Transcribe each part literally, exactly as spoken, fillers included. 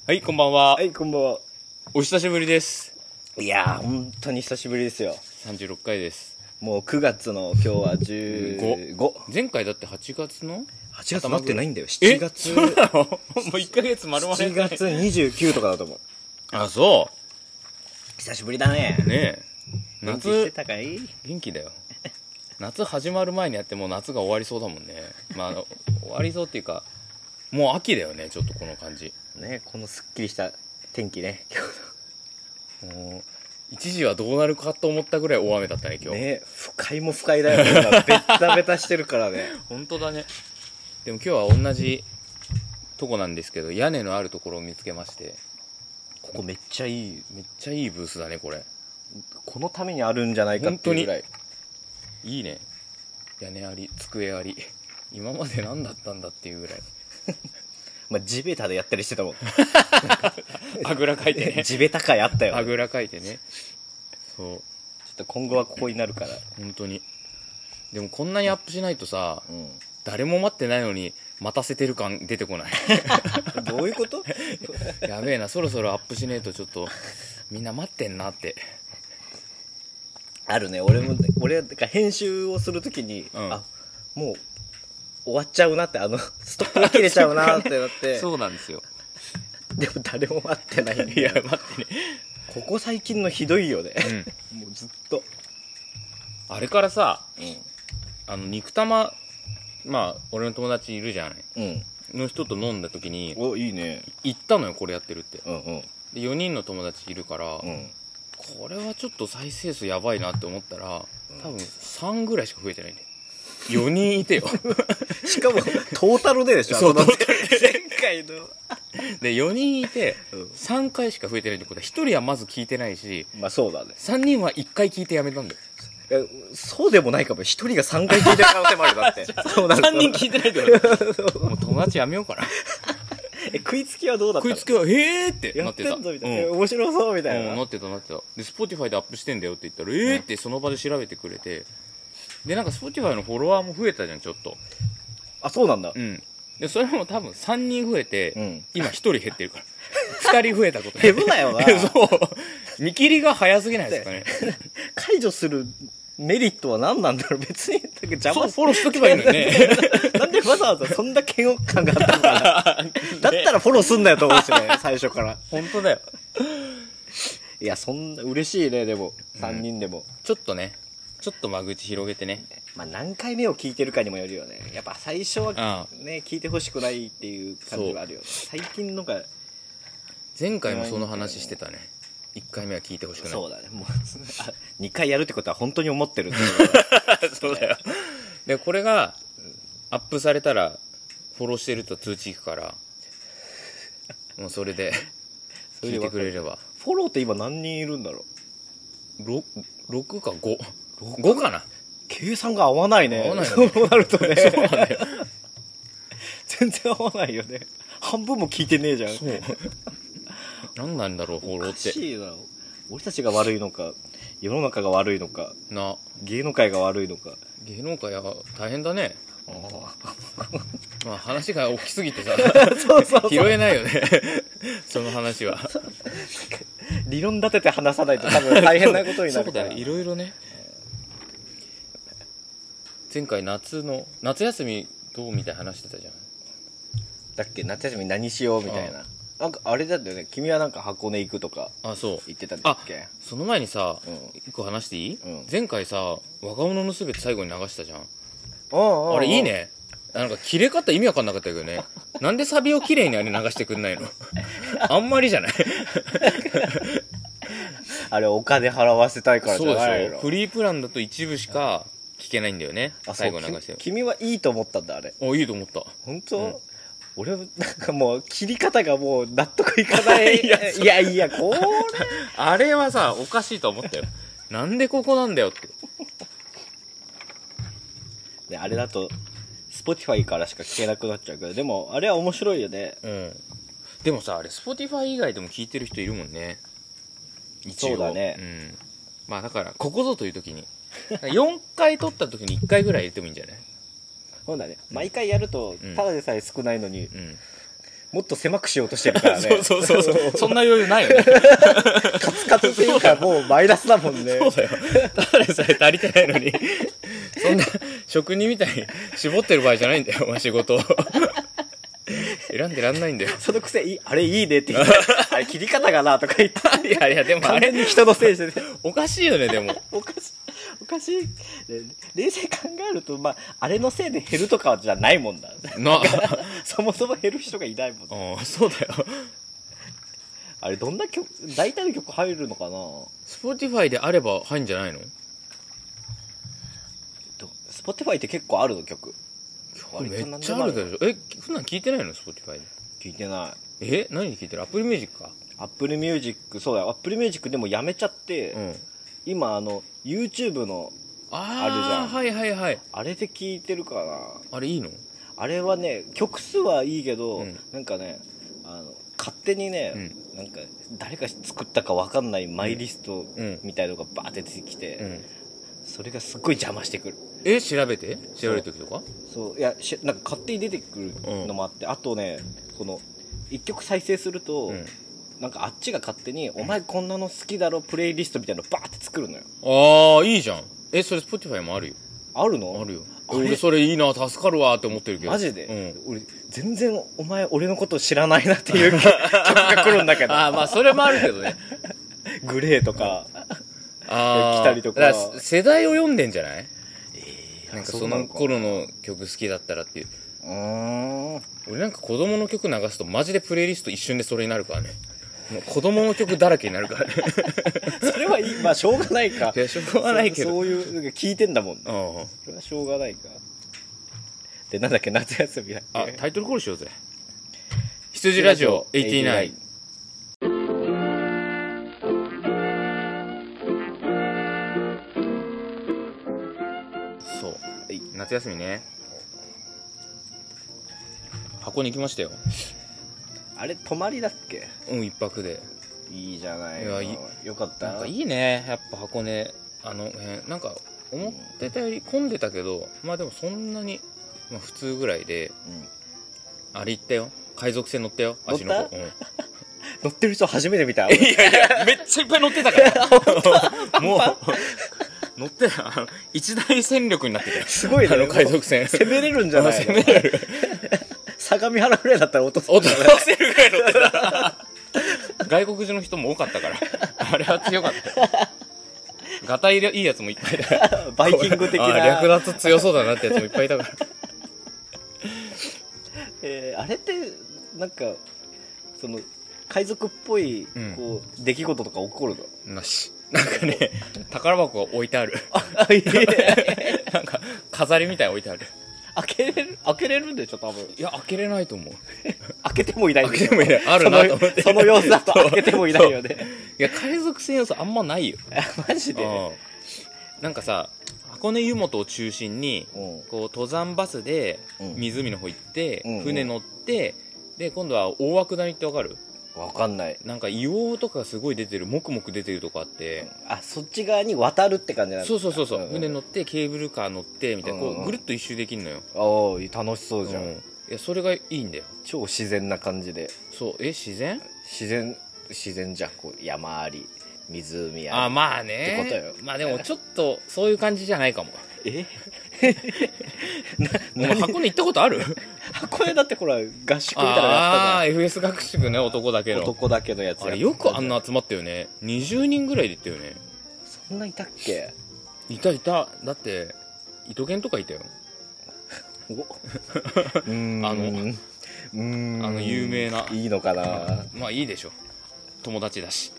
はい、こんばんは。 はい、こんばんは。 お久しぶりです。 いやー、本当に久しぶりですよ。 さんじゅうろっかいです。 もうくがつの今日はじゅうご。 前回だってはちがつのはちがつなってないんだよ。しちがつ。 え、そうなの？もういっかげつ丸々。 しちがつにじゅうくとかだと思う。 あ、そう。 久しぶりだね。 ねえ。夏。 元気してたかい？ 元気だよ。夏始まる前にやってもう夏が終わりそうだもんね。まあ、あの、終わりそうっていうか、もう秋だよね、ちょっとこの感じ。 ね、このすっきりした天気ね、 今日の。もう、一時はどうなるかと思ったぐらい大雨だったね、今日。 ね、不快も不快だよね。ベッタベタしてるからね。 本当だね。でも今日は同じとこなんですけど、屋根のあるところを見つけまして。 ここめっちゃいい。 めっちゃいいブースだね、これ。 このためにあるんじゃないかっていうぐらい。 いいね。屋根あり、机あり。今まで何だったんだっていうぐらい。 まあ、地べたでやったりしてたもん。 あぐらかいてね。 地べた会あったよ、ね。 あぐらかいてね。そう。 ちょっと今後はここになるから。 本当に。でもこんなにアップしないとさ、 うん、 誰も待ってないのに待たせてる感出てこない。 どういうこと？ やべえな、そろそろアップしねえとちょっとみんな待ってんなって。 あるね。俺も俺が編集をするときに、うん、あ、もう終わっちゃうなって、あのストップが切れちゃうなってなって。 そうなんですよ。 でも誰も待ってないんだよ。いや待ってね。 ここ最近のひどいよね。うん、もうずっと。 あれからさ、 うん、あの肉玉、まあ俺の友達いるじゃない、 うん、 の人と飲んだ時に、 お、いいね、 言ったのよ、これやってるって。 うんうん、 でよにんの友達いるから、うん、これはちょっと再生数やばいなって思ったら、多分さんぐらいしか増えてないんだよ。よにんいてよ。 しかもトータルででしょ。 そう、トータルで前回のでよにんいてさんかいしか増えてないってことはひとりはまず聞いてないし、 まあそうだね、 さんにんはいっかい聞いてやめたんだよ。 いやそうでもないかも。ひとりがさんかい聞いてる可能性もあるよ。だってそうなるとさんにん聞いてないってこともう友達やめようかな。 え、食いつきはどうだったの？ 食いつきはへーってなってた。 やってんぞみたいな、うん、面白そうみたいな、 うん、なってたなってた。で Spotify でアップしてんだよって言ったら、えーってその場で調べてくれて、でなんか Spotify のフォロワーも増えたじゃん、ちょっと。 あ、そうなんだ。 うん。でそれも多分さんにん増えて、うん、今ひとり減ってるから。ふたり増えたこと。 減るなよな。 そう。見切りが早すぎないですかね。 解除するメリットは何なんだろう。別に邪魔。 そう、フォローしとけばいいのにね。 なんでわざわざそんな嫌悪感があったのかな。だったらフォローすんだよと思うしね、最初から。 本当だよ。 いや、そんな嬉しいね。でもさんにんでも、うん、 ちょっとね、ちょっと間口広げてね。 まあ何回目を聞いてるかにもよるよね。やっぱ最初はね、聞いてほしくないっていう感じがあるよね。最近のが前回もその話してたね。いっかいめは聞いてほしくない。 そうだね。もうにかいやるってことは本当に思ってるってそうだよ。でこれがアップされたらフォローしてると通知いくから、もうそれで聞いてくれれば。 フォローって今何人いるんだろう。 ろく, ろくかご。ごかな。 計算が合わないね。 合わないよね。 そうなるとね。 そうなんだよ。 全然合わないよね。半分も聞いてねえじゃん。 そう。何なんだろう、フォローって。 おかしいな。俺たちが悪いのか、世の中が悪いのか、 な、 芸能界が悪いのか。 芸能界は大変だね。あまあ話が大きすぎてさ、 そうそうそう、 拾えないよね。その話は。 理論立てて話さないと多分大変なことになるから。 そうだよ、いろいろね。前回夏の夏休みどうみたいな話してたじゃん。 だっけ、夏休み何しようみたいな。なんかあれだったよね。君はなんか箱根行くとか。 あ、そう言ってたんだっけ。 あ、その前にさ、うん、一個話していい？うん、前回さ、若者のすべて最後に流したじゃん。あ, あれいいね。なんか切れ方意味わかんなかったけどね。なんでサビを綺麗にあれ流してくんないの？あんまりじゃない？あれお金払わせたいからじゃないの？ そうでしょ。フリープランだと一部しか聞けないんだよね。最後流してよ。 君はいいと思ったんだあれ。 あ、いいと思った。 本当？うん、俺なんかもう切り方がもう納得いかない。いやいやいや、これあれはさおかしいと思ったよ。なんでここなんだよって。 であれだと Spotify からしか聞けなくなっちゃうけど、でもあれは面白いよね。 うん。でもさ、あれ Spotify 以外でも聞いてる人いるもんね。 一応。そうだね。 うん。まあだからここぞという時によんかい撮った時にいっかいぐらい入れてもいいんじゃない？ そうだね。毎回やるとただでさえ少ないのに、 うん、 もっと狭くしようとしてるからね。 そうそうそうそうそんな余裕ないよね。 カツカツっていうかもうマイナスだもんね。 そうだよ。ただでさえ足りてないのにそんな職人みたいに絞ってる場合じゃないんだよ、お前仕事を選んでらんないんだよ。 そのくせいいあれいいねって言ってあれ切り方がなとか言っていやいやでもあれ完全に人のせいしておかしいよね。でもおかしいおかしい。冷静に考えると、まあ、あれのせいで減るとかじゃないもんだ。 なそもそも減る人がいないもんだ。 ああそうだよ。 あれどんな曲、大体の曲入るのかな。 Spotify であれば入んじゃないの。 Spotify って結構あるの曲。 めっちゃあるけど、え普段聞いてないの Spotify で。 聞いてない。 え何で聞いてる？ Apple Music か。 Apple Music、 そうだよ。 Apple Music でもやめちゃって、 うん、 今あの YouTube のああるじゃん。 はいはいはい。 あれで聞いてるかな。 あれいいの？ あれはね、曲数はいいけど、 うん、 なんかね、あの勝手にね、うん、なんか誰か作ったか分かんないマイリストみたいのがバーって出てきて、うんうん、それがすっごい邪魔してくる。 え調べて調べる時とか。 そういやしなんか勝手に出てくるのもあって、うん、あとねこのいっきょく再生すると、うん、なんかあっちが勝手に、うん、お前こんなの好きだろプレイリストみたいなのバーって作るのよ。 ああいいじゃん。えそれ Spotify もあるよ。 あるの？ あるよ。俺それいいな助かるわって思ってるけど。 マジで、 うん、 俺全然お前俺のこと知らないなっていう曲が来るんだけどああまあそれもあるけどねグレーとかあ来たりとか。 だから世代を読んでんじゃない？えー、なんかその頃の曲好きだったらっていう。 うーん俺なんか子供の曲流すとマジでプレイリスト一瞬でそれになるからね。もう子供の曲だらけになるからねそれはいい、まあしょうがないか。 いやしょうがないけどそ, そういうなんか聞いてんだもんね。 ああそれはしょうがないか。でなんだっけ夏休みだっけ。 あタイトルコールしようぜ。羊ラジオはちじゅうきゅう。そう、はい、夏休みね箱根行きましたよ。 あれ泊まりだっけ？ うん一泊で。 いいじゃないの。 いやいよかった。 なんかいいねやっぱ箱根あの辺なんか思ってたより混んでたけど、うん、まあでもそんなに、まあ、普通ぐらいで、うん、あれ行ったよ海賊船乗ったよ足の子、うん、 乗ってる人初めて見た。 いやいやめっちゃいっぱい乗ってたからもう乗ってたあの一大戦力になってたよ。 すごいねあの海賊船攻めれるんじゃないの？ 攻めれる相模原ぐらいだったら落とせる落とせるぐらい乗ってた外国人の人も多かったからあれは強かったよ。ガタイいいやつもいっぱいだバイキング的なあ略奪強そうだなってやつもいっぱいいたからえー、あれってなんかその海賊っぽいこう、うん、出来事とか起こるの？ なし。なんかね宝箱が置いてあるあいえなんか飾りみたいに置いてある。 開けれる開けれるんでしょ多分。 いや開けれないと思う開けてもいないんで開けてもいないあるなと思ってその様子だと開けてもいないよね。 いや海賊船要素あんまないよマジで。 なんかさ箱根湯本を中心に、うん、こう登山バスで湖の方行って、うん、船乗って、うん、で今度は大涌谷ってわかる？ わかんない。 なんか硫黄とかがすごい出てるもくもく出てるとこあって、 うん、あそっち側に渡るって感じなんですか？ そうそうそうそう、うんうん、船乗ってケーブルカー乗ってみたいな、こうぐるっと一周できるのよ。 ああ楽しそうじゃん、うん、いやそれがいいんだよ。 超自然な感じで。 そうえ自然自然自然じゃん。こう山あり湖ありあまあねってことよ。 まあでもちょっとそういう感じじゃないかも。 えもう箱根行ったことある？ 箱根だってほら合宿みたいなのやったじゃん。 ああ エフエス 合宿ね男だけの男だけのやつや。 あれよくあんな集まったよね。にじゅうにんぐらいで行ったよね。 そんないたっけ？ いたいた。だって糸犬とかいたよおうーんあのうーんあの有名ないいのかな。 まあいいでしょ友達だし。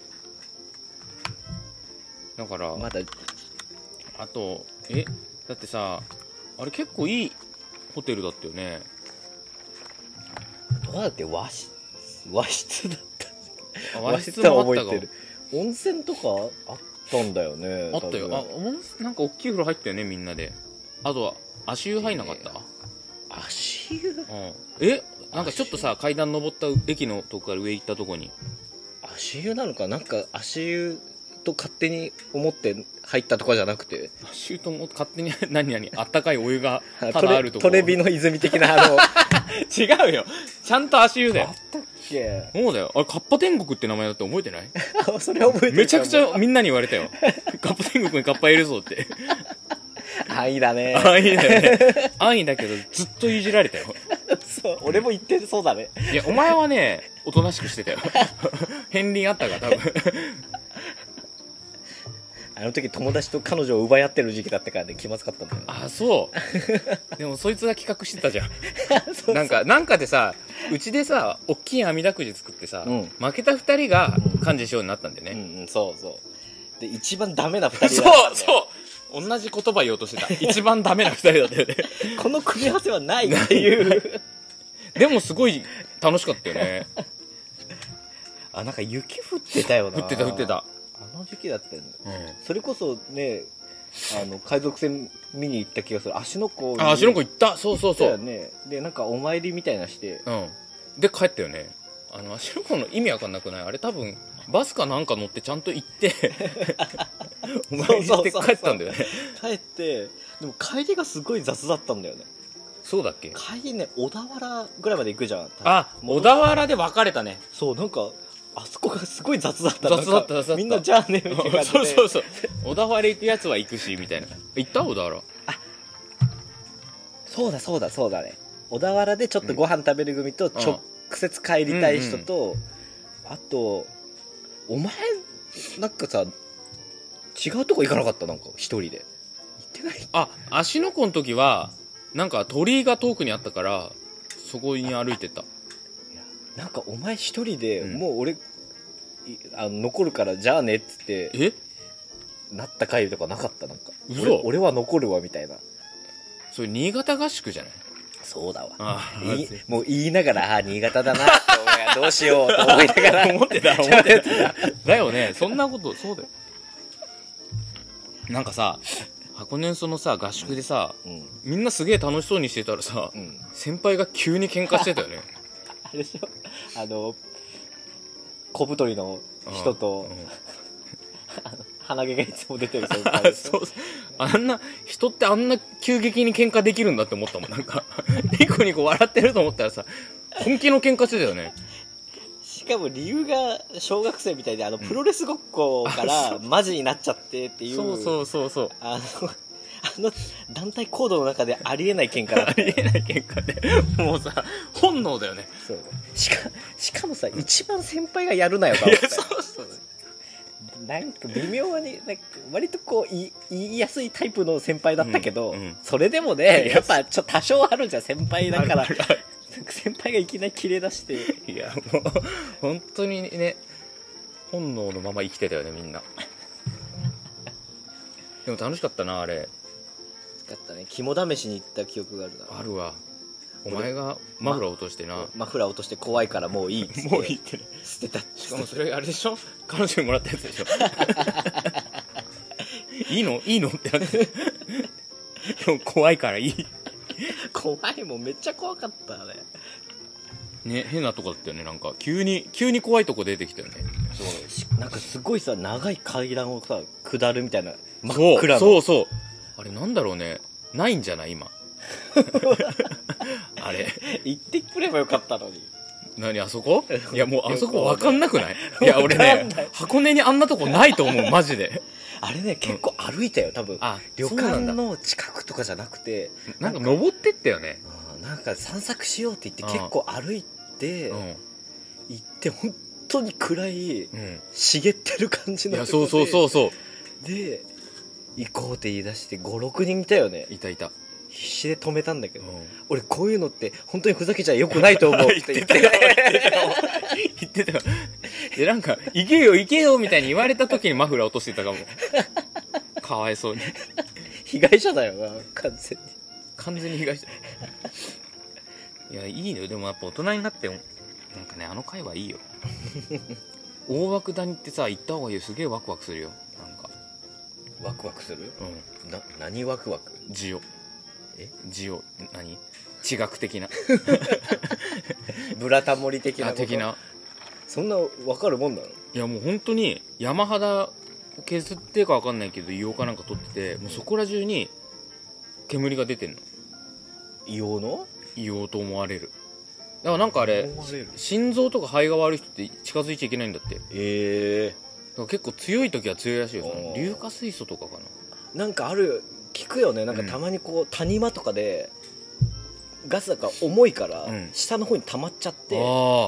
だからまだあとえだってさあれ結構いいホテルだったよね。 どうだって和室和室だった和室もあったか。 温泉とかあったんだよね。 あったよ。あなんか大きい風呂入ったよねみんなで。あとは足湯入んなかった？ えー、足湯、うん、 えなんかちょっとさ階段登った駅のとこから上行ったとこに足湯なのか。なんか足湯と勝手に思って入ったとかじゃなくて足湯とも勝手に何何あったかいお湯がただあるとこトレビの泉的なあの違うよ。ちゃんと足湯だよ。 あったっけ？ そうだよ。あれ、カッパ天国って名前だって覚えてない？ それ覚えてる。 めちゃくちゃみんなに言われたよ。カッパ天国にカッパいるぞって。 安易だね。 安易だよね。安易だけど、ずっといじられたよ。 そう、俺も言ってそうだね。 いや、お前はね、おとなしくしてたよ。片鱗あったか、多分。 あの時友達と彼女を奪い合ってる時期だったからね、気まずかったんだよ。 あ、そう。でもそいつが企画してたじゃん。そうそう、なんか、なんかでさ、うちでさ、おっきい網だくじ作ってさ、うん、負けた二人が幹事しようになったんだよね。 うん、うん、そうそう。で、一番ダメな二人だったんだよ。そうそう。同じ言葉言おうとしてた。一番ダメな二人だったよね。 この組み合わせはないっていう。 でもすごい楽しかったよね。 あ、なんか雪降ってたよな。 降ってた降ってた。 あの時期だったよね、うん、それこそね、あの海賊船見に行った気がする。芦ノ湖に。 あ、芦ノ湖行った。そうそうそう、 ね、でなんかお参りみたいなして、 うん、で帰ったよね。あの芦ノ湖の意味わかんなくない？あれ多分バスかなんか乗ってちゃんと行ってお参りして帰ったんだよね。 帰って、でも帰りがすごい雑だったんだよね。 そうだっけ？ 帰りね、小田原ぐらいまで行くじゃん。 あ、小田原で別れたね。 そう、なんかあそこがすごい雑だった。 雑だった雑だった。 みんなじゃあねみたいな感じで。 そうそうそう。小田原行くやつは行くしみたいな。行った小田原。あ、 そうだそうだそうだね。小田原でちょっとご飯食べる組と直接帰りたい人と、うんうん、あとお前なんかさ違うとこ行かなかった？なんか一人で行ってない？ あ、芦ノ湖の時はなんか鳥居が遠くにあったからそこに歩いてた。 なんかお前一人で、うん、もう俺あの残るからじゃあねっつってえなった回とかなかった？なんか俺, 俺は残るわみたいな。 それ新潟合宿じゃない？ そうだわ。 ああもう言いながらあ新潟だなってどうしようと思いながら思ってた思ってただよね。そんなことそうだよ。なんかさ箱根そのさ合宿でさ、うん、みんなすげえ楽しそうにしてたらさ、うん、先輩が急に喧嘩してたよね。 あれでしょ、あの小太りの人と、うん、あの鼻毛がいつも出てる先輩でしょ。そうあんな人ってあんな急激に喧嘩できるんだって思ったもん。なんかニコニコ笑ってると思ったらさ本気の喧嘩してたよね。 しかも理由が小学生みたいで、あのプロレスごっこからマジになっちゃってっていう、 そうそうそうそう、 あのあの団体行動の中でありえない喧嘩だった。 ありえない喧嘩でもうさ本能だよね。 そうしかしかもさ一番先輩がやるなよと思って。そうそうなんか微妙になんか割とこう言い、言いやすいタイプの先輩だったけど、うんうん、それでもねやっぱちょっと多少あるじゃん先輩だから。先輩がいきなり切れ出して、 いやもう本当にね本能のまま生きてたよねみんな。でも楽しかったなあれ。 楽しかったね。肝試しに行った記憶があるな。 あるわ。お前がマフラー落としてな、 マフラー落として怖いからもういいっつってもういいってね捨てた。 しかもそれあれでしょ、彼女にもらったやつでしょ。いいのいいのってなってでも怖いからいい。 怖いもんめっちゃ怖かったね。 ね、変なとこだったよね。なんか急に急に怖いとこ出てきたよね。 そうなんかすごいさ長い階段をさ下るみたいな真っ暗の。 そうそうそうあれなんだろうね、ないんじゃない今。あれ行ってくればよかったのに。 何あそこ？いやもうあそこ分かんなくない？いや俺ね箱根にあんなとこないと思うマジで。 あれね結構歩いたよ多分、うん、あ旅館の近くとかじゃなくてなんか登ってったよね。 なんか散策しようって言って結構歩いて、うん、行って本当に暗い、うん、茂ってる感じのとこで、いやそうそうそうそうで行こうって言い出してごろくにんいたよね。 いたいた。 必死で止めたんだけど、うん、俺こういうのって本当にふざけちゃよくないと思うって言ってたよ言ってたよ。でなんか行けよ行けよみたいに言われた時にマフラー落としてたかも。かわいそうに。 被害者だよな完全に。 完全に被害者。いやいいのよ。でもやっぱ大人になってなんかねあの回はいいよ。大涌谷ってさ行った方がいいよ。すげえワクワクするよ。なんかワクワクする？うん。な何ワクワク？ ジオ。えジオ何？地学的な。 ブラタモリ的なこと。 的な。 そんな分かるもんなの？ いやもう本当に山肌削ってか分かんないけど硫黄かなんか取っててもうそこら中に煙が出てんの。 硫黄の？ 言おうと思われる。だからなんかあれ心臓とか肺が悪い人って近づいちゃいけないんだって。 ええー、 だから結構強い時は強いらしいよ。硫化水素とかかな。なんかある聞くよね。なんかたまにこう谷間とかでガスだから重いから下の方に溜まっちゃって、うん、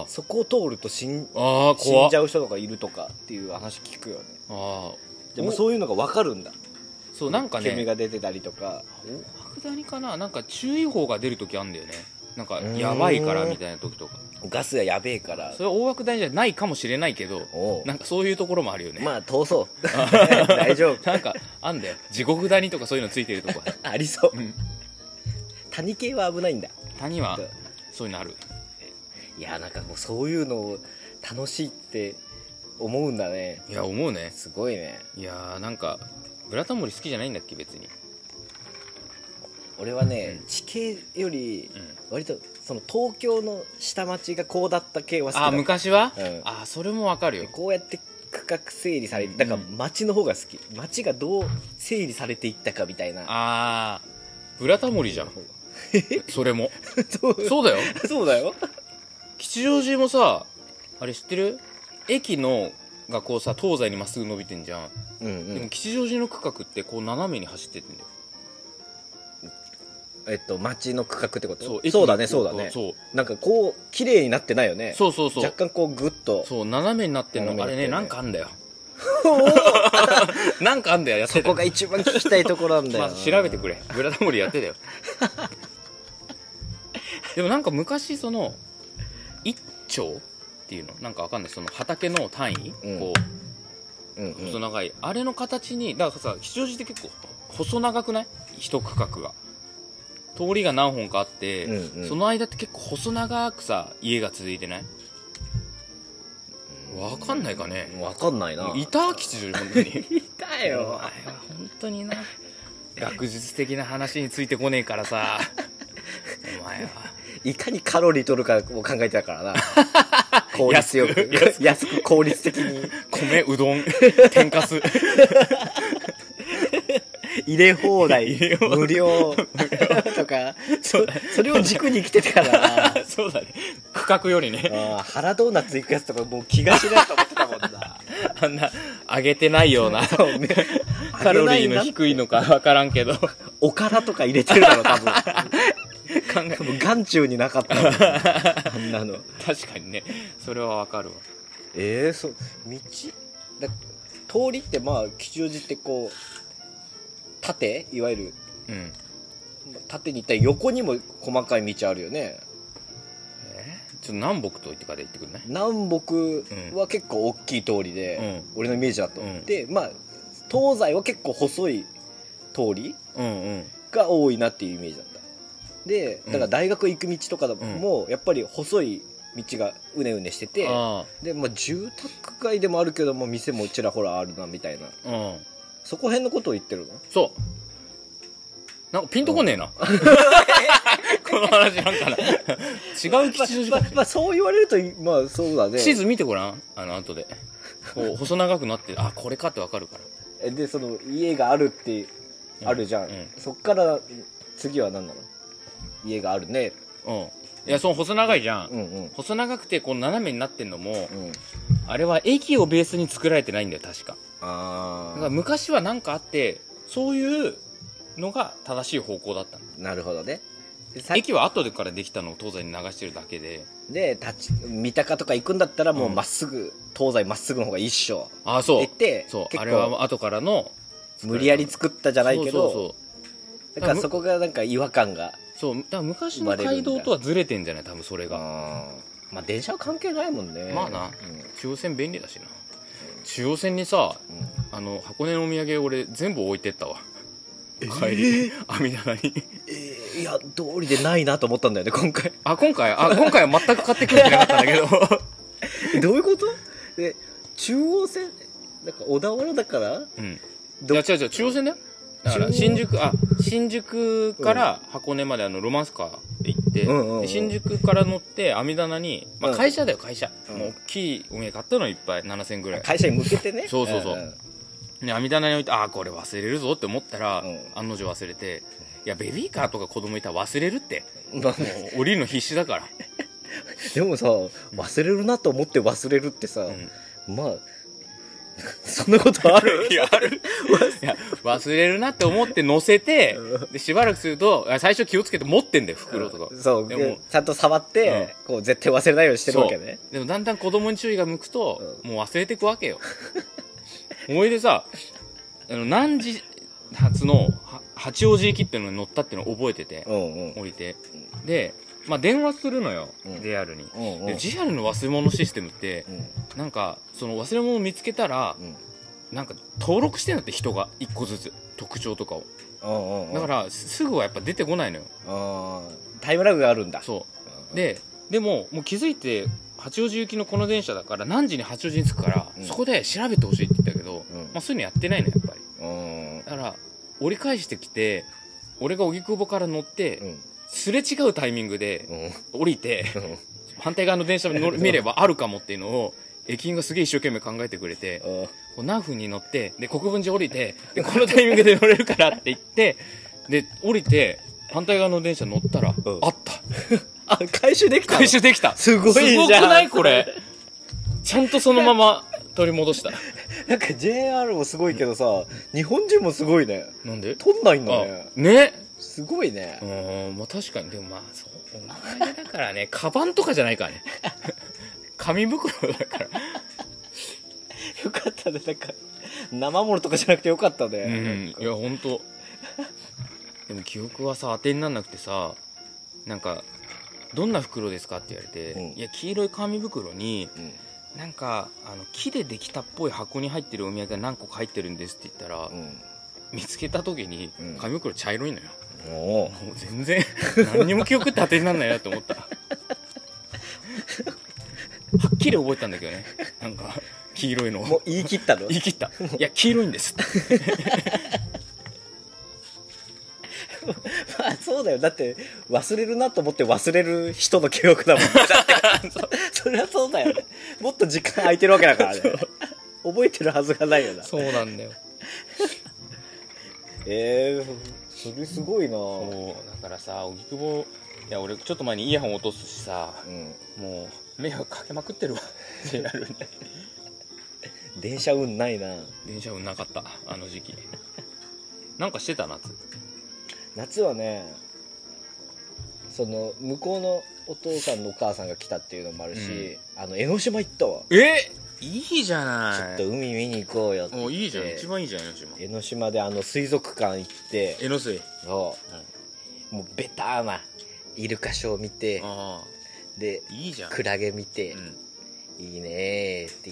そこを通ると死ん、あ死んじゃう人とかいるとかっていう話聞くよね。あでもそういうのが分かるんだ。 そうなんかね煙が出てたりとか。 大涌谷かな、なんか注意報が出る時あるんだよね。なんかやばいからみたいな時とか、 ガスがやべえから。 それは大涌谷じゃないかもしれないけど、なんかそういうところもあるよね。 まあ通そう大丈夫。 なんかあんだよ、地獄谷とかそういうのついてるとこありそう、うん、谷系は危ないんだ。 谷はそういうのある。 いやなんかもうそういうのを楽しいって思うんだね。 いや思うね。 すごいね。 いやーなんかブラタモリ好きじゃないんだっけ別に。 俺はね、うん、地形より割とその東京の下町がこうだった系は好きだった。 あ昔は、うん、あそれもわかるよ。 こうやって区画整理されて、だから町の方が好き。町がどう整理されていったかみたいな。 あーブラタモリじゃんそれもそうそうだよそうだよ。 吉祥寺もさあれ知ってる？駅のがこうさ東西にまっすぐ伸びてんじゃん、うんうん、でも吉祥寺の区画ってこう斜めに走ってってんだよ。 えっと町の区画ってこと？そう、そうだねそうだね。そうなんかこう綺麗になってないよね。 そうそうそう、 若干こうグッとそう斜めになってんの、ね、あれねなんかあんだよなんかあんだよ。やってた。 そこが一番聞きたいところなんだよ、 まあ、調べてくれ。ブラタモリやってたよでもなんか昔その一丁っていうのなんかわかんない、その畑の単位、うん、こう、うんうん、細長いあれの形にだからさ吉祥寺って結構細長くない？一区画が通りが何本かあって、うんうん、その間って結構細長くさ家が続いてない？わかんないかね。 わかんないな。 いた吉祥寺本当にいたよ。 お前は本当にな学術的な話についてこねえからさお前はいかにカロリー取るかを考えてたからな効率よく安く安く効率的に米うどん天かす入れ放題無料とか そ, それを軸に来てたからなそうだね区画よりね。 あ腹ドーナツ行くやつとかもう気がしないと思ってたもんなあんな揚げてないようなカロリーの低いのか分からんけどおからとか入れてるだろ多分考えもう眼中になかったもんあんなの。 確かにねそれは分かるわ。 えー、そう道だ通りってまあ吉祥寺ってこう縦いわゆる、うん、縦に行ったら横にも細かい道あるよね。 えー、ちょっと南北と言ってから言ってくるね。 南北は結構大きい通りで、うん、俺のイメージだと、うん、でまあ東西は結構細い通りが多いなっていうイメージだった。でだから大学行く道とかもやっぱり細い道がうねうねしてて、うん、で、まあ、住宅街でもあるけども店もちらほらあるなみたいな、うん、そこ辺のことを言ってるの？ そうなんかピンとこねえな、うん、この話なんかな違う吉祥寺か、 まあまあまあ、そう言われるとまあそうだね。 地図見てごらんあの後でこう細長くなってあこれかってわかるから。 でその家があるってあるじゃん、うんうん、そっから次は何なの？家があるね。 うんいやその細長いじゃん、うんうん、細長くてこう斜めになってんのも、うん、あれは駅をベースに作られてないんだよ確か。あだから昔は何かあってそういうのが正しい方向だったんだ。 なるほどね。 駅は後でからできたのを東西に流してるだけでで立ち三鷹とか行くんだったらもうまっすぐ、うん、東西まっすぐの方が一緒。 ああそう行ってそうあれは後からの無理やり作ったじゃないけどそうそうそうだからそこがなんか違和感がそうだから昔の街道とはずれてんじゃない多分それが。 あまあ電車は関係ないもんね。 まあな、うん、中央線便利だしな。中央線にさ、うん、あの箱根のお土産俺全部置いてったわ、えー、帰り網棚に、 えー、いや通りでないなと思ったんだよね今回。 あ今回あ今回は全く買ってくるってなかったんだけどどういうことで中央線なんか小田原だから、うん、 いや違う違う中央線だよ。だから新宿あ新宿から箱根まであのロマンスカーで行って、うんうんうん、新宿から乗って網棚に、まあ、会社だよ会社、うん、もう大きいお土産買ったのいっぱいななせんえんぐらい会社に向けてね。 そうそうそう、うん、で網棚に置いてあこれ忘れるぞって思ったら、うん、案の定忘れてやベビーカーとか子供いたら忘れるって、 まあ、 もう降りるの必死だからでもさ忘れるなと思って忘れるってさ、うん、まあそんなことあるいやあるいや忘れるなって思って乗せてでしばらくすると最初気をつけて持ってんだよ袋とか、 うん、そうでもちゃんと触って、うん、こう絶対忘れないようにしてるわけね。 でもだんだん子供に注意が向くと、うん、もう忘れていくわけよ思い出さあの何時発の八王子駅っていうのに乗ったっていうのを覚えてて、うんうん、降りてでまあ、電話するのよ、うん、ジェイアール に、うんうん、で ジェイアール の忘れ物システムって、うん、なんかその忘れ物を見つけたら、うん、なんか登録してんだって人がいっこずつ特徴とかを、うんうんうん、だからすぐはやっぱ出てこないのよ。 あタイムラグがあるんだ。 そう、ででももう気づいて八王子行きのこの電車だから何時に八王子に着くから、うん、そこで調べてほしいって言ったけど、うんまあ、そういうのやってないのやっぱり、うん、だから折り返してきて俺が荻窪から乗って、うんすれ違うタイミングで降りて、うん、反対側の電車を見ればあるかもっていうのを駅員がすげえ一生懸命考えてくれて、こう何分に乗ってで国分寺降りてでこのタイミングで乗れるからって言ってで降りて反対側の電車乗ったら、うん、あったあ回収できた回収できたすごいじゃんすごくないこれちゃんとそのまま取り戻したなんか ジェイアール もすごいけどさ、うん、日本人もすごいね。 なんで取んないんだね。 ねすごいね。 うん、まあ確かに。でもまあ、そう、お前だからね、カバンとかじゃないからね。紙袋だから。 よかったね、なんか、生物とかじゃなくてよかったね。うん、いや、ほんと。でも記憶はさ、当てになんなくてさ、なんか、どんな袋ですかって言われて、うん、いや、黄色い紙袋に、うん、なんか、あの、木でできたっぽい箱に入ってるお土産が何個か入ってるんですって言ったら、うん、見つけた時に、紙袋茶色いのよ。もう全然何にも記憶って当てになんないなって思ったはっきり覚えたんだけどねなんか黄色いのもう言い切ったの言い切ったいや黄色いんですまあそうだよだって忘れるなと思って忘れる人の記憶だもんだってそ, そりゃそうだよねもっと時間空いてるわけだからね覚えてるはずがないよなそうなんだよえーそれすごいな。 そうだからさ荻窪いや俺ちょっと前にイヤホン落とすしさ、うん、もう迷惑かけまくってるわジェイアール電車運ないな。 電車運なかったあの時期なんかしてた夏夏はねその向こうのお父さんのお母さんが来たっていうのもあるし、うん、あの江ノ島行ったわ。 えいいじゃない。 ちょっと海見に行こうよって言って。 おいいじゃん一番いいじゃん江ノ島。 江ノ島であの水族館行って江ノ水そう、うん、もうベターなイルカショー見てあでいいじゃんクラゲ見て、うん、いいねーって言って、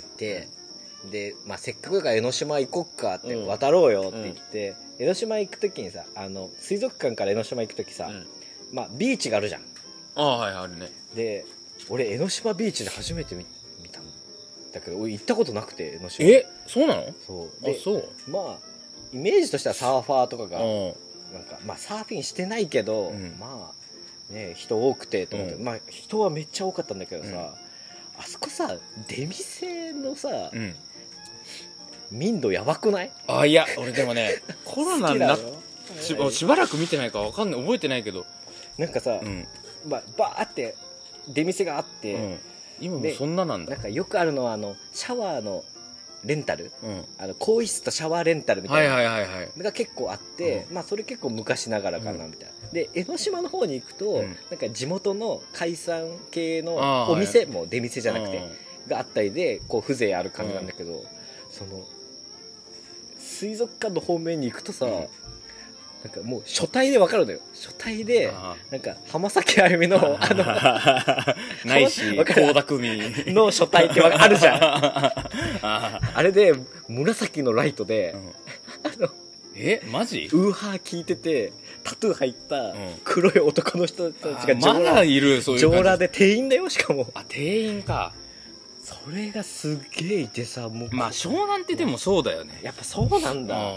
うん、で、まあ、せっかくだから江ノ島行こっかって、うん、渡ろうよって言って、うん、江ノ島行く時にさあの水族館から江ノ島行く時さ、うん、まあビーチがあるじゃん。 ああはいあるね。 で俺江ノ島ビーチで初めて見たのだけど俺行ったことなくて江ノ島。 えそうなの。 そうであそうまあイメージとしてはサーファーとかがなんかまあサーフィンしてないけど、うん、まあね人多くてと思って、うん、まあ人はめっちゃ多かったんだけどさ、うん、あそこさ出店のさ、うん、民度やばくない？ あいや俺でもねコロナになっし, しばらく見てないから分かんない覚えてないけどなんかさ、うんまあ、バーって出店があって、うん、 今もそんななんだ。 なんかよくあるのはあのシャワーのレンタル、うん、あの更衣室とシャワーレンタルみたいなのが結構あって、うん、まあそれ結構昔ながらかなみたいな、うん、で江ノ島の方に行くと、うん、なんか地元の海産系のお店も出店じゃなくてがあったりでこう風情ある感じなんだけど、うん、その水族館の方面に行くとさ、うんなんかもう初対で分かるのよ。初対でなんか浜崎あゆみのあのないし倖田來未の初対ってあるじゃんあ, あれで紫のライトで、うん、あのえマジウーハー聞いててタトゥー入った黒い男の人たちが上裸、まだいるそういう感じ上裸で店員だよしかも。 あ店員か。 それがすっげえいてさもうまあ湘南ってでもそうだよね。 やっぱそうなんだ。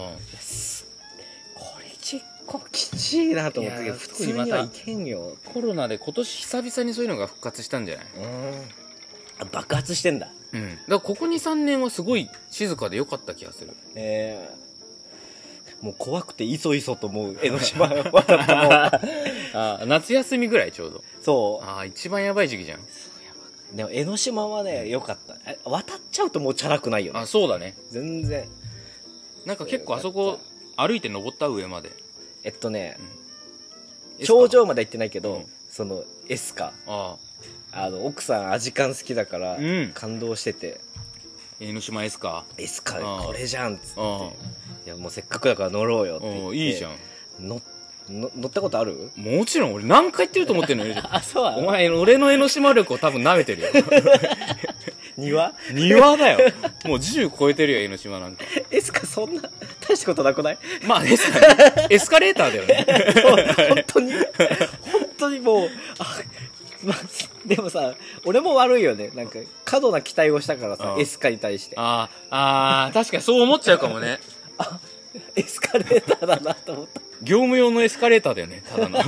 結構きちいなと思ったけど普通にはいけんよ。 コロナで今年久々にそういうのが復活したんじゃない？ うん爆発してんだ。 うんだからここ にさんねんはすごい静かで良かった気がする。 えもう怖くていそいそともう江ノ島渡ったもんあ夏休みぐらいちょうど。 そうああ一番やばい時期じゃん。 でも江ノ島はね良かった。渡っちゃうともうチャラくないよね。 あそうだね。 全然なんか結構あそこ歩いて登った上まで。 えっとね、 うん、 頂上まで行ってないけど、 うん、 そのエスカああの奥さんアジカン好きだからうん感動してて、 江ノ島エスカエスカこれじゃんっつっていやもうせっかくだから乗ろうよって言っていいじゃん。 のの乗ったことある？ もちろん俺何回行ってると思ってるのよあそうなの？ お前俺の江ノ島力を多分舐めてるよ庭？ 庭だよもうじゅう超えてるよ江ノ島なんか。 エスカそんな大したことなくない？ まあエスカエスカレーターだよね本当に本当にもうあ、まあ、でもさ俺も悪いよね。なんか過度な期待をしたからさエスカに対して。 ああ確かにそう思っちゃうかもねあエスカレーターだなと思った。 業務用のエスカレーターだよねただの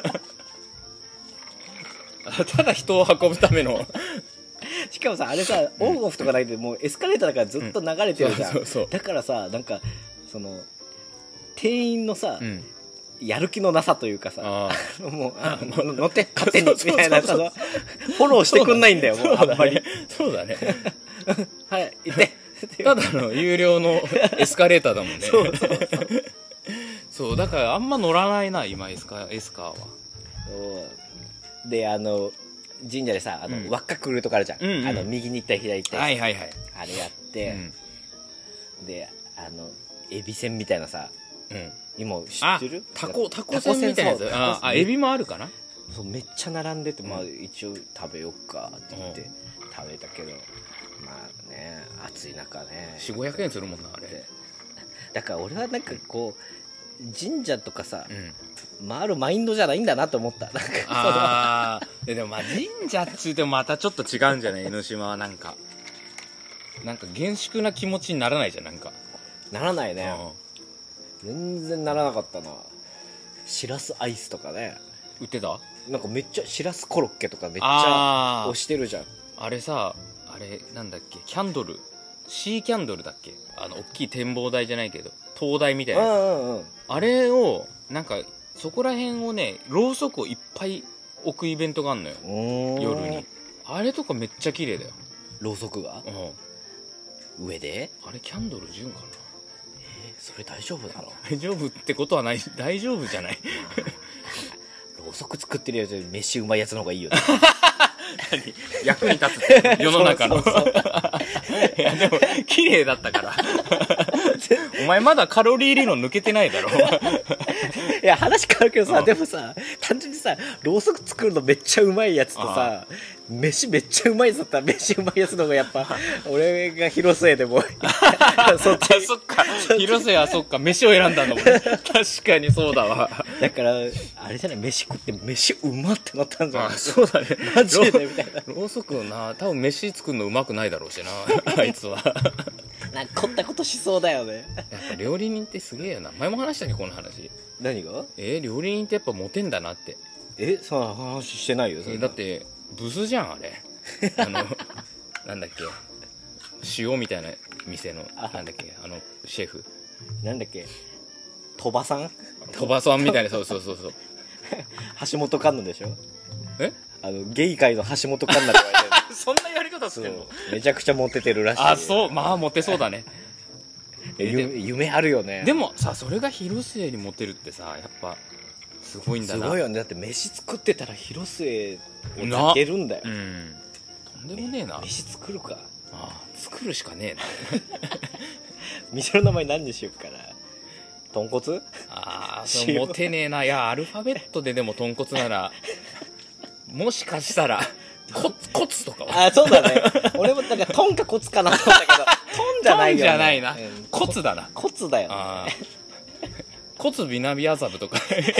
ただ人を運ぶためのしかもさあれさ、うん、オンオフとかないでもうエスカレーターだからずっと流れてるじゃん、うん、そうそうそう。だからさなんかその店員のさ、うん、やる気のなさというかさもうあ乗って勝手にみたいなさフォローしてくんないんだよ。もうあんまりそうだねはい行ってただの有料のエスカレーターだもんねそうそうそうそうだからあんま乗らないな今エスカエスカーは。 そうであの神社でさあの、うん、輪っかくるとかあるじゃん、うんうん、あの右に行ったり左に行ったり、 はいはいはい、 あれやって、うん、であのエビせんみたいなさ、うん、今知ってる？ タコタコせんみたいなやつ。ああエビもあるかな。 そうめっちゃ並んでて、まあ一応食べよっかって言って、うん、食べたけどまあね暑い中ねよんひゃくごひゃくえんするもんなあれ。 だから俺はなんかこう神社とかさ、うん、回るマインドじゃないんだなと思った。なんかあでもまあ神社っつってもまたちょっと違うんじゃない江ノ島は。なんかなんか厳粛な気持ちにならないじゃん。なんかならないね。全然ならなかったな。しらすアイスとかね売ってた。 なんかめっちゃしらすコロッケとかめっちゃ推してるじゃん。 あ, あれさあれなんだっけキャンドルシーキャンドルだっけ。あの大きい展望台じゃないけど灯台みたいなやつ、うんうんうん、あれをなんかそこら辺をねろうそくをいっぱい置くイベントがあるのよ夜に。あれとかめっちゃ綺麗だよろうそくが、うん、上であれキャンドルじゅんかな。 えー、それ大丈夫だろ。 大丈夫ってことはない大丈夫じゃないろうそく作ってるやつより飯うまいやつの方がいいよね役に立つって世の中のそうそうそういやでも綺麗だったからお前まだカロリー理論抜けてないだろいや話変わるけどさ、うん、でもさ単純にさろうそく作るのめっちゃうまいやつとさ飯めっちゃうまいやつだったら飯うまいやつの方がやっぱ俺が広末でもそっちそっか広末はそっか飯を選んだんだもんね確かにそうだわ。 だからあれじゃない飯食って飯うまってなったんじゃない。 そうだねマジでみたいな。 ろうそくな多分飯作るのうまくないだろうしなあいつはなんか凝ったことしそうだよね。 やっぱ料理人ってすげえよな。前も話したっけこの話。 何が？ えー、料理人ってやっぱモテんだなって。 えそんな話してないよ。 えー、だってブスじゃんあれあのなんだっけ塩みたいな店のなんだっけあのシェフなんだっけ鳥羽さん鳥羽さんみたいなそうそうそうそう橋本環奈でしょ。 えあのゲイ界の橋本環奈って言われてるそんなやり方するの。 めちゃくちゃモテてるらしい。 あそうまあモテそうだね夢あるよね。 でもさそれが広末にモテるってさやっぱすごいんだな。 すごいよね。だって飯作ってたら広末を抱けるんだよ。 うんとんでもねえな。 飯作るか。 ああ作るしかねえな店の名前何にしよっかな。豚骨。 ああそれモテねえな。いやアルファベットででも豚骨ならもしかしたらコツコツとかは。 あそうだね俺もなんかトンかコツかなと思ったけどトンじゃないよね。 トンじゃないな、うん、コツだな。 コツだよね。 あコツビナビアザブとか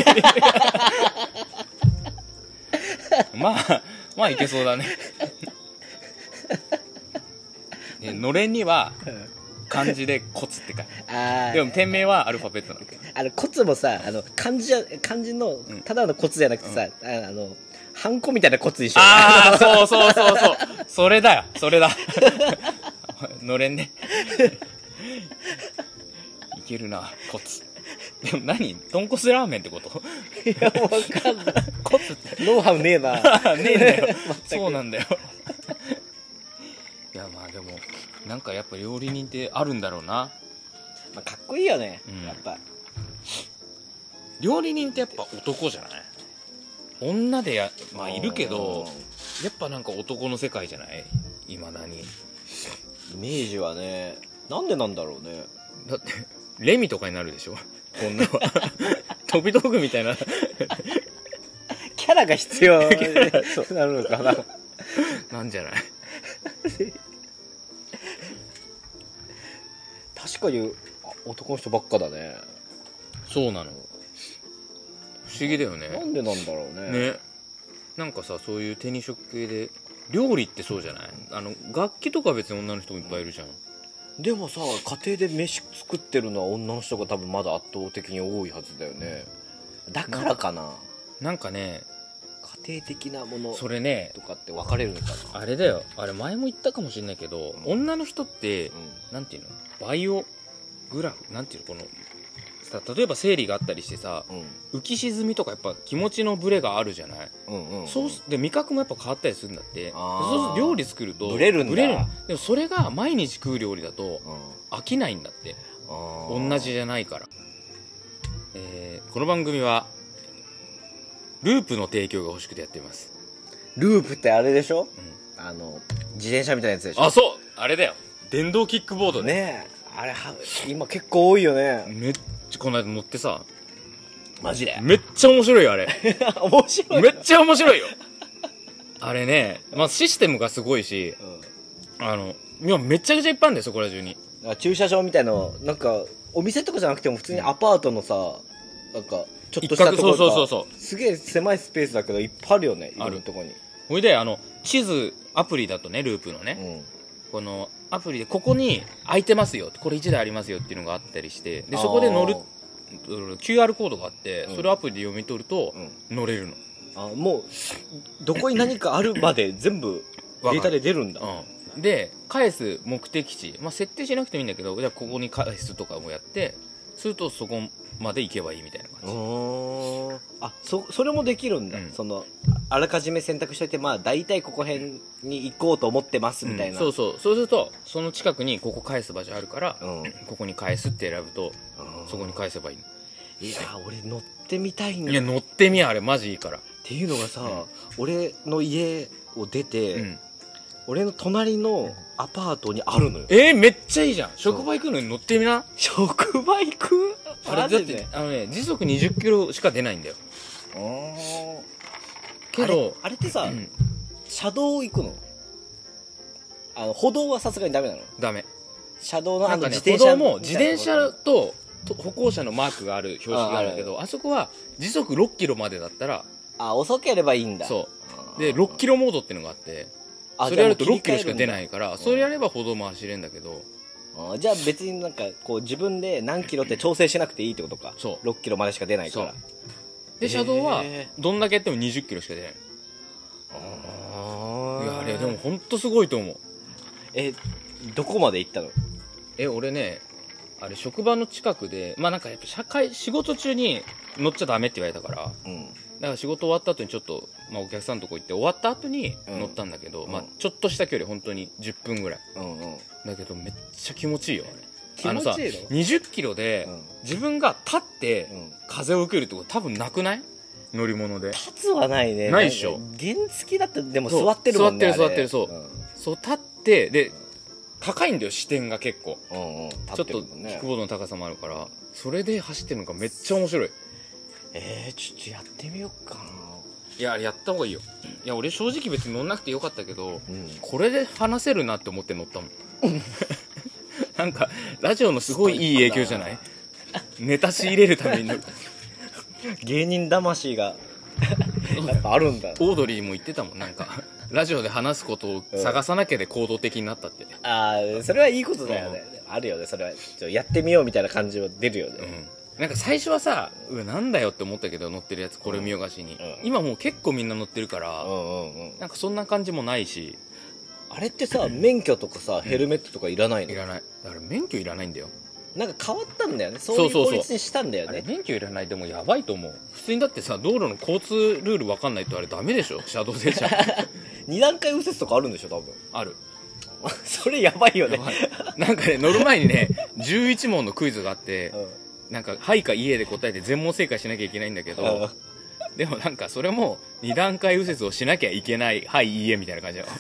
まあまあいけそうだねねのれんには漢字でコツって書いてある。でも店名はアルファベットなんだけどあのコツもさあの漢字じゃ漢字のただのコツじゃなくてさ、うん、あのハンコみたいなコツにしよう。 ああそうそうそうそうそれだよそれだのれんねいけるなコツでも何豚骨ラーメンってこと？ いやわかんないコツってノウハウねえなねえんだよそうなんだよいやまあでもなんかやっぱ料理人ってあるんだろうな、 まあ、かっこいいよね、 うん、 やっぱ料理人ってやっぱ男じゃない？女でやまあいるけどやっぱなんか男の世界じゃない？いまだにイメージはね、なんでなんだろうね。 だってレミとかになるでしょ女は飛び道具みたいなキャラが必要になるのかななんじゃない確かに男の人ばっかだね。 そうなの、不思議だよね。 なんでなんだろうね。 ね、なんかさそういう手に職系で料理ってそうじゃない？あの楽器とか別に女の人もいっぱいいるじゃん。 でもさ家庭で飯作ってるのは女の人が多分まだ圧倒的に多いはずだよね。だからかな。 なんかね家庭的なものそれねとかって分かれるのかな。 あれだよ、あれ前も言ったかもしれないけど、うん、女の人って、うん、なんていうのバイオグラフなんていうのこのさ例えば生理があったりしてさ、うん、浮き沈みとかやっぱ気持ちのブレがあるじゃない、うんうんうん、そうで味覚もやっぱ変わったりするんだって。そうすると料理作るとブレるんだ。ブレる。 でもそれが毎日食う料理だと飽きないんだって、うん、同じじゃないから。えー、この番組はループの提供が欲しくてやっています。 ループってあれでしょ、うん、あの自転車みたいなやつでしょ。 あ、そうあれだよ、電動キックボードねえ、あれは今結構多いよね。 めっちゃこの間乗ってさ、 マジでめっちゃ面白いよあれ面白い、 めっちゃ面白いよあれね、まあ、システムがすごいし、うん、あの今めちゃくちゃいっぱいあるんだよそこら中に。 駐車場みたいななんかお店とかじゃなくても普通にアパートのさ、なんかちょっとしたところとか、そうそうそうそう、すげえ狭いスペースだけどいっぱいあるよね、いろんなとこに。 ほいであの地図アプリだとね、ループのね、うん、このアプリでここに空いてますよ、これいちだいありますよっていうのがあったりして、でそこで乗る キューアール コードがあって、うん、それをアプリで読み取ると乗れるの、うん、 あもうどこに何かあるまで全部データで出るんだ、 うん、で返す目的地、まあ、設定しなくてもいいんだけど、じゃあここに返すとかもやってするとそこまで行けばいいみたいな感じ。 あ、そそれもできるんだ、うん、そのあらかじめ選択しといて、まあ大体ここ辺に行こうと思ってますみたいな、 うん、そうそう、そうするとその近くにここ返す場所あるから、うん、ここに返すって選ぶとそこに返せばいい。 いや俺乗ってみたいんだ。 いや乗ってみや、あれマジいいから。 っていうのがさ、うん、俺の家を出て、うん、俺の隣のアパートにあるのよ。 えー、めっちゃいいじゃん。職場行くのに乗ってみな。 職場行くあれだってあのね時速にじゅっキロしか出ないんだよ。 あけどあれってさ、うん、車道行くの？あの歩道はさすがにダメなの？ ダメ。 車道のあの、 ね、自転車歩道も自転車と歩行者のマークがある標識があるんだけど、 あ, あそこは時速ろっキロまでだったら、 あ遅ければいいんだ。 そうでろっキロモードっていうのがあって、それやるとろっキロしか出ないから、それやれば歩道も走れるんだけど、 あじゃあ別になんかこう自分で何キロって調整しなくていいってことか。そうろっキロまでしか出ないから。 で車道はどんだけやってもにじゅっキロしか出ない。ああいやあれでもほんとすごいと思う。 えどこまで行ったの？ え俺ねあれ職場の近くで、まあなんかやっぱ社会仕事中に乗っちゃダメって言われたから、うん、だから仕事終わった後にちょっと、まあ、お客さんのとこ行って終わった後に乗ったんだけど、うん、まあちょっとした距離本当にじゅっぷんぐらい、うんうん、だけどめっちゃ気持ちいいよあれ。 気持ちいいの？ あのさにじゅっキロで自分が立って風を受けるってこと多分なくない？乗り物で立つはないね。 ないでしょ。 原付だってでも座ってるもんね。 座ってる座ってる、そう、うん、そう立ってで高いんだよ視点が結構、うんうん、ちょっとキックボードの高さもあるからそれで走ってるのがめっちゃ面白い。 えー、ちょっとやってみようかな。 いやあれやった方がいいよ。いや俺正直別に乗んなくてよかったけど、うん、これで話せるなって思って乗ったもんなんかラジオのすごいいい影響じゃない？ネタ仕入れるために芸人魂がやっぱあるんだ。 オードリーも言ってたもん、なんかラジオで話すことを探さなきゃで行動的になったって、うん、 ああそれはいいことだよね、うん、あるよねそれは。ちょやってみようみたいな感じは出るよね、 うん、なんか最初はさうわなんだよって思ったけど乗ってるやつこれ見よがしに、うん、今もう結構みんな乗ってるから、うんうんうん、なんかそんな感じもないし。 あれってさ免許とかさヘルメットとかいらないの？ いらない。だから免許いらないんだよ。 なんか変わったんだよね。そういう法律にしたんだよね。 あれ免許いらないでもやばいと思う。普通にだってさ、道路の交通ルール分かんないとあれダメでしょ、車道でじゃん。 に段階右折とかあるんでしょ多分。 ある。 それやばいよね。 なんかね、乗る前にねじゅういち問のクイズがあって、 うん、 なんかはいかいえで答えて全問正解しなきゃいけないんだけど、でもなんかそれもに段階右折をしなきゃいけないはいいいえみたいな感じだよ。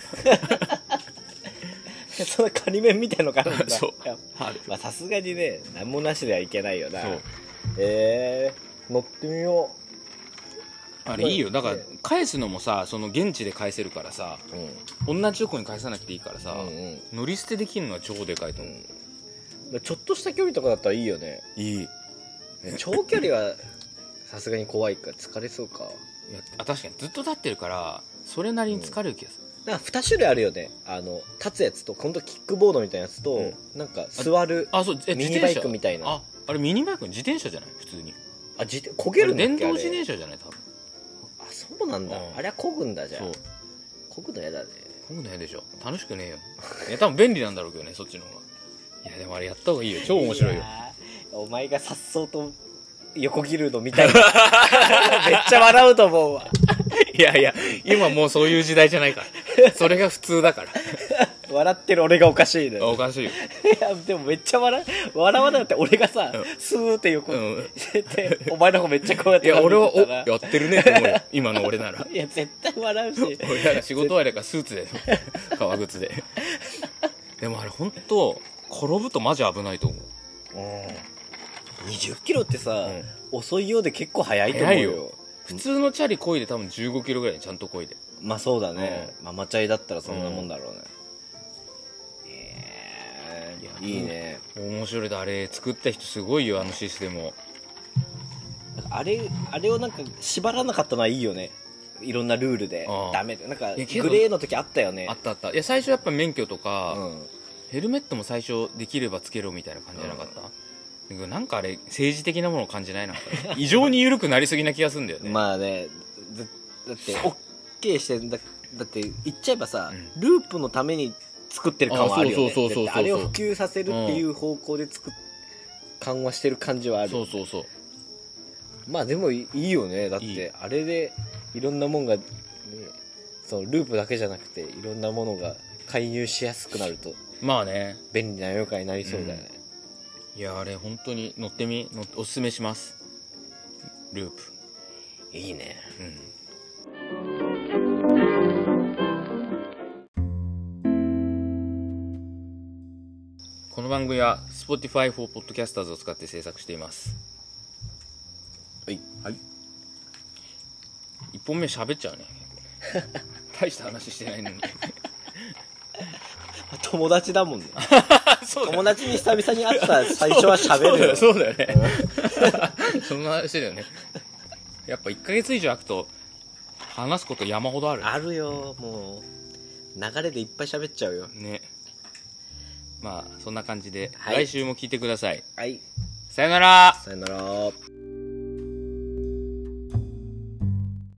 その仮面みたいのがあるんだ。 そうある。 まあさすがにね何もなしではいけないよな。 そう。 えー、乗ってみよう。あれいいよ。だから返すのもさ、その現地で返せるからさ、うん、同じとこに返さなくていいからさ、うんうん、乗り捨てできるのは超でかいと思う、 うん、ちょっとした距離とかだったらいいよね。いい。長距離はさすがに怖いから疲れそうか。 いやあ確かにずっと立ってるからそれなりに疲れる気がする、 うん、なんかに種類あるよね。あの立つやつと今度キックボードみたいなやつと、うん、なんか座るああそうえミニバイクみたいな。 ああれミニバイク自転車じゃない普通に。 あ自転焦げるんだっけ。 電動自転車じゃない多分。 あそうなんだ、うん、あれは漕ぐんだ。じゃあそう漕ぐのやだね。 漕ぐのやでしょ。楽しくねえよ。いや多分便利なんだろうけどねそっちの方が。いやでもあれやった方がいいよ。超面白いよ。 いお前がさっそうと横切るのみたいな。めっちゃ笑うと思うわ。 いやいや今もうそういう時代じゃないからそれが普通だから。 笑ってる俺がおかしいね。 おかしいよ。 いやでもめっちゃ笑笑わなくて俺がさ、うん、スーって横に、うん、お前の方めっちゃこうやって。 いや俺はおやってるねって思うよ今の俺なら。 いや絶対笑うし。 俺らが仕事終わりだからスーツで革靴で。でもあれ本当転ぶとマジ危ないと思う。 うん、にじゅっキロってさ、うん、遅いようで結構速いと思うよ。よ普通のチャリこいで多分じゅうごキロぐらいちゃんとこいで。 まあそうだね、うん、ママチャリだったらそんなもんだろうね、うん、えー、いいね。 面白いだ。あれ作った人すごいよあのシステムを。 あれあれをなんか縛らなかったのはいいよね。いろんなルールでダメでなんかグレーの時あったよね。 あったあった。いや最初やっぱ免許とか、うん、ヘルメットも最初できればつけろみたいな感じじゃなかった、うん、なんかあれ政治的なものを感じない。なんか異常に緩くなりすぎな気がするんだよね。 まあねだって OK してだだって言っちゃえばさ、うん、ループのために作ってる感はあるよね。あれを普及させるっていう方向で作っ、うん、緩和してる感じはある、ね、 そうそうそう。 まあでもいいよね。だっていいあれでいろんなもんが、ね、そのループだけじゃなくていろんなものが介入しやすくなるとまあね便利な世の中になりそうだよね、 うん、いやあれ本当に乗ってみ乗おすすめします。ループいいね、うん、 この番組は Spotify for Podcasters を使って制作しています。 はいはい。 いっぽんめ喋っちゃうね。大した話してないのに。 友達だもんね。そうだね、友達に久々に会った最初は喋るよ。 そうだよね。そんな話だよね。やっぱいっかげつ以上空くと話すこと山ほどある。 あるよ。もう流れでいっぱい喋っちゃうよね。まあそんな感じで、 はい、 来週も聞いてください。 はい。 さよなら。 さよなら。